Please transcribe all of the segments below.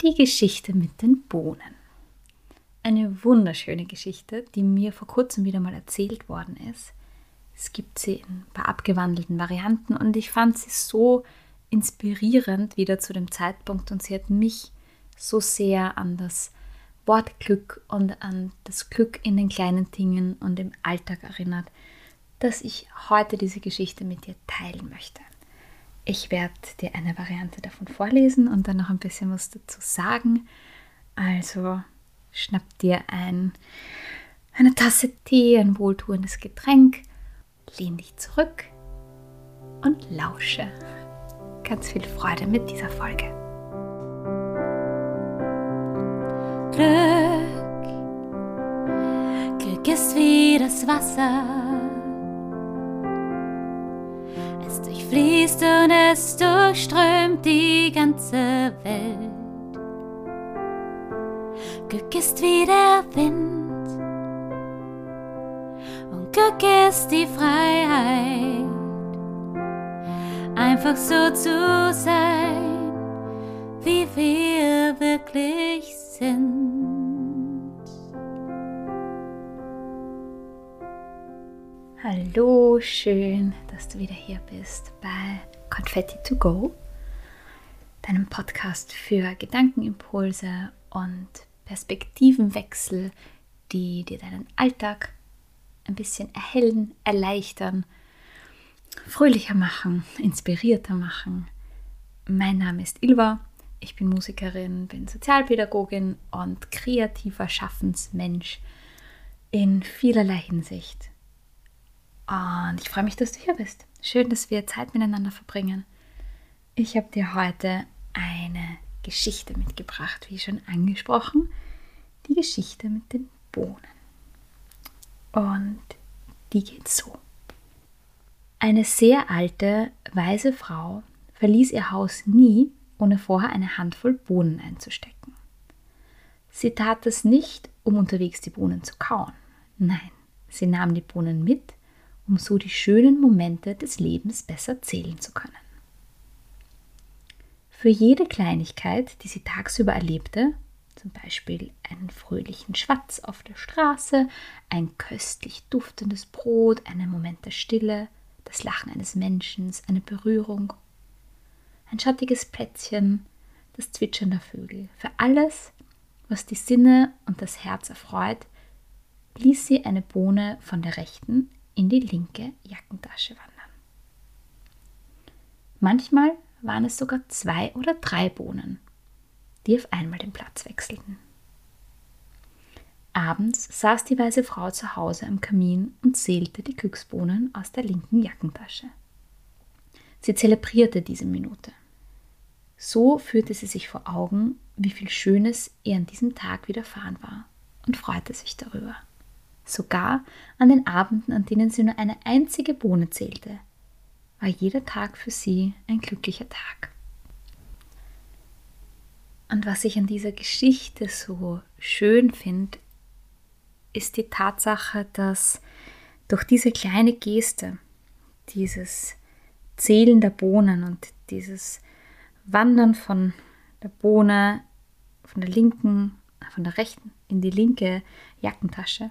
Die Geschichte mit den Bohnen. Eine wunderschöne Geschichte, die mir vor kurzem wieder mal erzählt worden ist. Es gibt sie in ein paar abgewandelten Varianten und ich fand sie so inspirierend wieder zu dem Zeitpunkt und sie hat mich so sehr an das Wort Glück und an das Glück in den kleinen Dingen und im Alltag erinnert, dass ich heute diese Geschichte mit dir teilen möchte. Ich werde dir eine Variante davon vorlesen und dann noch ein bisschen was dazu sagen. Also schnapp dir eine Tasse Tee, ein wohltuendes Getränk, lehn dich zurück und lausche. Ganz viel Freude mit dieser Folge. Glück ist wie das Wasser. Es durchfließt und es durchströmt die ganze Welt. Glück ist wie der Wind und Glück ist die Freiheit, einfach so zu sein, wie wir wirklich sind. Hallo, schön, dass du wieder hier bist bei Confetti to Go, deinem Podcast für Gedankenimpulse und Perspektivenwechsel, die dir deinen Alltag ein bisschen erhellen, erleichtern, fröhlicher machen, inspirierter machen. Mein Name ist Ilva, ich bin Musikerin, bin Sozialpädagogin und kreativer Schaffensmensch in vielerlei Hinsicht. Und ich freue mich, dass du hier bist. Schön, dass wir Zeit miteinander verbringen. Ich habe dir heute eine Geschichte mitgebracht, wie schon angesprochen. Die Geschichte mit den Bohnen. Und die geht so. Eine sehr alte, weise Frau verließ ihr Haus nie, ohne vorher eine Handvoll Bohnen einzustecken. Sie tat es nicht, um unterwegs die Bohnen zu kauen. Nein, sie nahm die Bohnen mit, um so die schönen Momente des Lebens besser zählen zu können. Für jede Kleinigkeit, die sie tagsüber erlebte, zum Beispiel einen fröhlichen Schwatz auf der Straße, ein köstlich duftendes Brot, einen Moment der Stille, das Lachen eines Menschen, eine Berührung, ein schattiges Plätzchen, das Zwitschern der Vögel, für alles, was die Sinne und das Herz erfreut, ließ sie eine Bohne von der rechten in die linke Jackentasche wandern. Manchmal waren es sogar 2 oder 3 Bohnen, die auf einmal den Platz wechselten. Abends saß die weise Frau zu Hause am Kamin und zählte die Glücksbohnen aus der linken Jackentasche. Sie zelebrierte diese Minute. So führte sie sich vor Augen, wie viel Schönes ihr an diesem Tag widerfahren war und freute sich darüber. Sogar an den Abenden, an denen sie nur eine einzige Bohne zählte, war jeder Tag für sie ein glücklicher Tag. Und was ich an dieser Geschichte so schön finde, ist die Tatsache, dass durch diese kleine Geste, dieses Zählen der Bohnen und dieses Wandern von der Bohne von der rechten in die linke Jackentasche,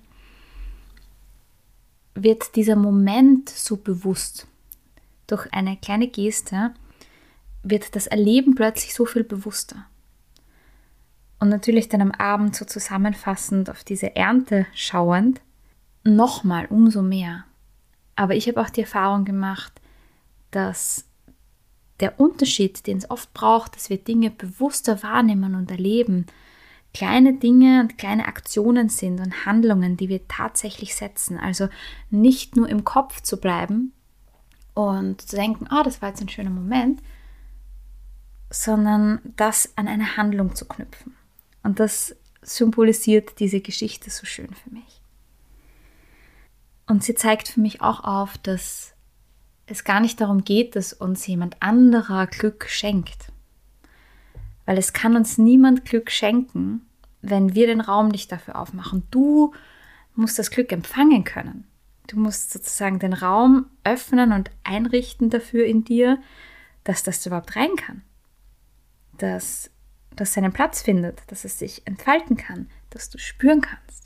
wird dieser Moment so bewusst. Durch eine kleine Geste wird das Erleben plötzlich so viel bewusster. Und natürlich dann am Abend so zusammenfassend auf diese Ernte schauend, nochmal umso mehr. Aber ich habe auch die Erfahrung gemacht, dass der Unterschied, den es oft braucht, dass wir Dinge bewusster wahrnehmen und erleben, kleine Dinge und kleine Aktionen sind und Handlungen, die wir tatsächlich setzen. Also nicht nur im Kopf zu bleiben und zu denken, das war jetzt ein schöner Moment, sondern das an eine Handlung zu knüpfen. Und das symbolisiert diese Geschichte so schön für mich. Und sie zeigt für mich auch auf, dass es gar nicht darum geht, dass uns jemand anderer Glück schenkt. Weil es kann uns niemand Glück schenken, wenn wir den Raum nicht dafür aufmachen. Du musst das Glück empfangen können. Du musst sozusagen den Raum öffnen und einrichten dafür in dir, dass das überhaupt rein kann. Dass das seinen Platz findet, dass es sich entfalten kann, dass du spüren kannst.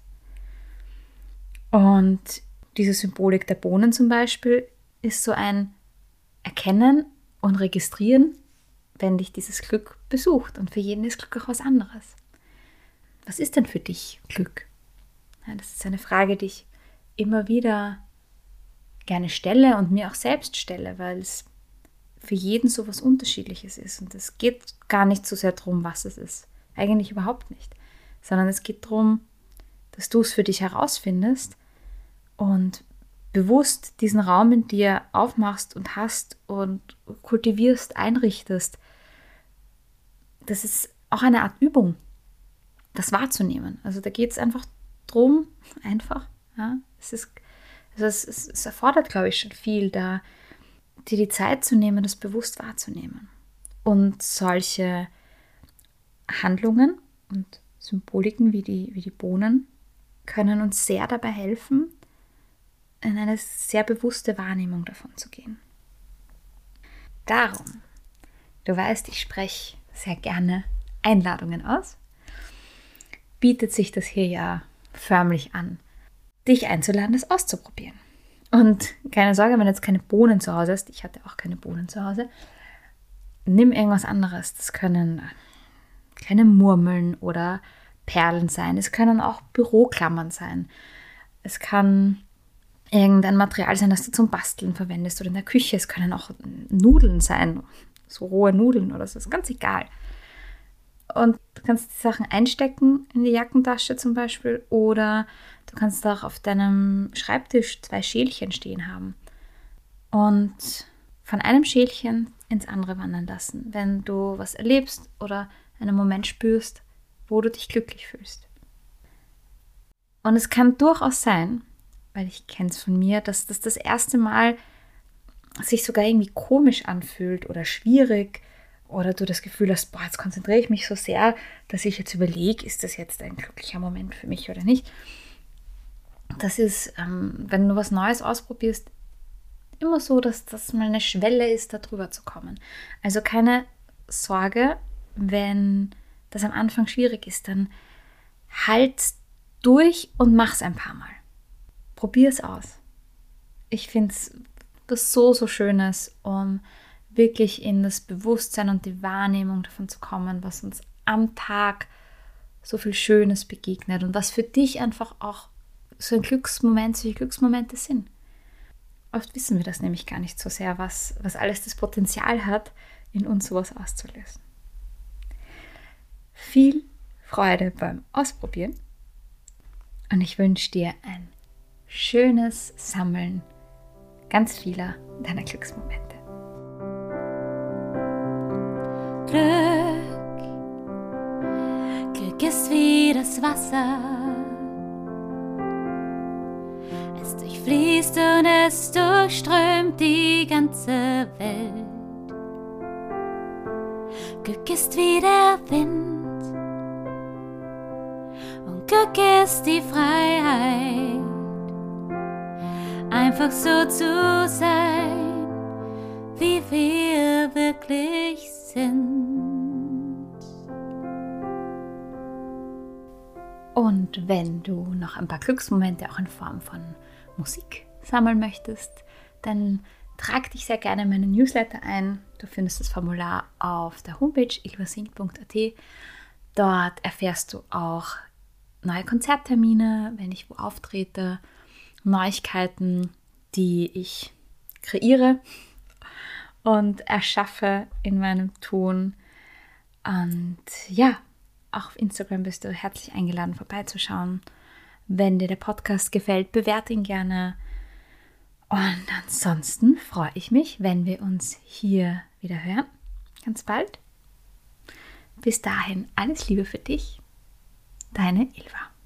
Und diese Symbolik der Bohnen zum Beispiel ist so ein Erkennen und Registrieren, wenn dich dieses Glück besucht. Und für jeden ist Glück auch was anderes. Was ist denn für dich Glück? Ja, das ist eine Frage, die ich immer wieder gerne stelle und mir auch selbst stelle, weil es für jeden so was Unterschiedliches ist. Und es geht gar nicht so sehr darum, was es ist. Eigentlich überhaupt nicht. Sondern es geht darum, dass du es für dich herausfindest und bewusst diesen Raum in dir aufmachst und hast und kultivierst, einrichtest. Das ist auch eine Art Übung, das wahrzunehmen. Also da geht es einfach drum, ja, es erfordert, glaube ich, schon viel, da dir die Zeit zu nehmen, das bewusst wahrzunehmen. Und solche Handlungen und Symboliken wie die Bohnen können uns sehr dabei helfen, in eine sehr bewusste Wahrnehmung davon zu gehen. Darum, du weißt, ich spreche sehr gerne Einladungen aus, bietet sich das hier ja förmlich an, dich einzuladen, das auszuprobieren. Und keine Sorge, wenn du jetzt keine Bohnen zu Hause hast, ich hatte auch keine Bohnen zu Hause, nimm irgendwas anderes. Das können kleine Murmeln oder Perlen sein. Es können auch Büroklammern sein. Es kann irgendein Material sein, das du zum Basteln verwendest oder in der Küche. Es können auch Nudeln sein, so rohe Nudeln oder so. Das ist ganz egal. Und du kannst die Sachen einstecken in die Jackentasche zum Beispiel oder du kannst auch auf deinem Schreibtisch 2 Schälchen stehen haben und von einem Schälchen ins andere wandern lassen, wenn du was erlebst oder einen Moment spürst, wo du dich glücklich fühlst. Und es kann durchaus sein, weil ich kenne es von mir, dass das erste Mal sich sogar irgendwie komisch anfühlt oder schwierig oder du das Gefühl hast, jetzt konzentriere ich mich so sehr, dass ich jetzt überlege, ist das jetzt ein glücklicher Moment für mich oder nicht. Das ist, wenn du was Neues ausprobierst, immer so, dass das mal eine Schwelle ist, da drüber zu kommen. Also keine Sorge, wenn das am Anfang schwierig ist, dann halt's durch und mach's ein paar Mal. Probier es aus. Ich finde es was so Schönes, um wirklich in das Bewusstsein und die Wahrnehmung davon zu kommen, was uns am Tag so viel Schönes begegnet und was für dich einfach auch so ein Glücksmoment, solche Glücksmomente sind. Oft wissen wir das nämlich gar nicht so sehr, was alles das Potenzial hat, in uns sowas auszulösen. Viel Freude beim Ausprobieren und ich wünsche dir ein schönes Sammeln ganz vieler deiner Glücksmomente. Glück ist wie das Wasser. Es durchfließt und es durchströmt die ganze Welt. Glück ist wie der Wind und Glück ist die Freiheit, einfach so zu sein, wie wir wirklich sind. Und wenn du noch ein paar Glücksmomente auch in Form von Musik sammeln möchtest, dann trag dich sehr gerne in meinen Newsletter ein. Du findest das Formular auf der Homepage ilvasing.at. Dort erfährst du auch neue Konzerttermine, wenn ich wo auftrete, Neuigkeiten, die ich kreiere und erschaffe in meinem Tun. Und ja, auch auf Instagram bist du herzlich eingeladen, vorbeizuschauen. Wenn dir der Podcast gefällt, bewerte ihn gerne. Und ansonsten freue ich mich, wenn wir uns hier wieder hören. Ganz bald. Bis dahin alles Liebe für dich. Deine Ilva.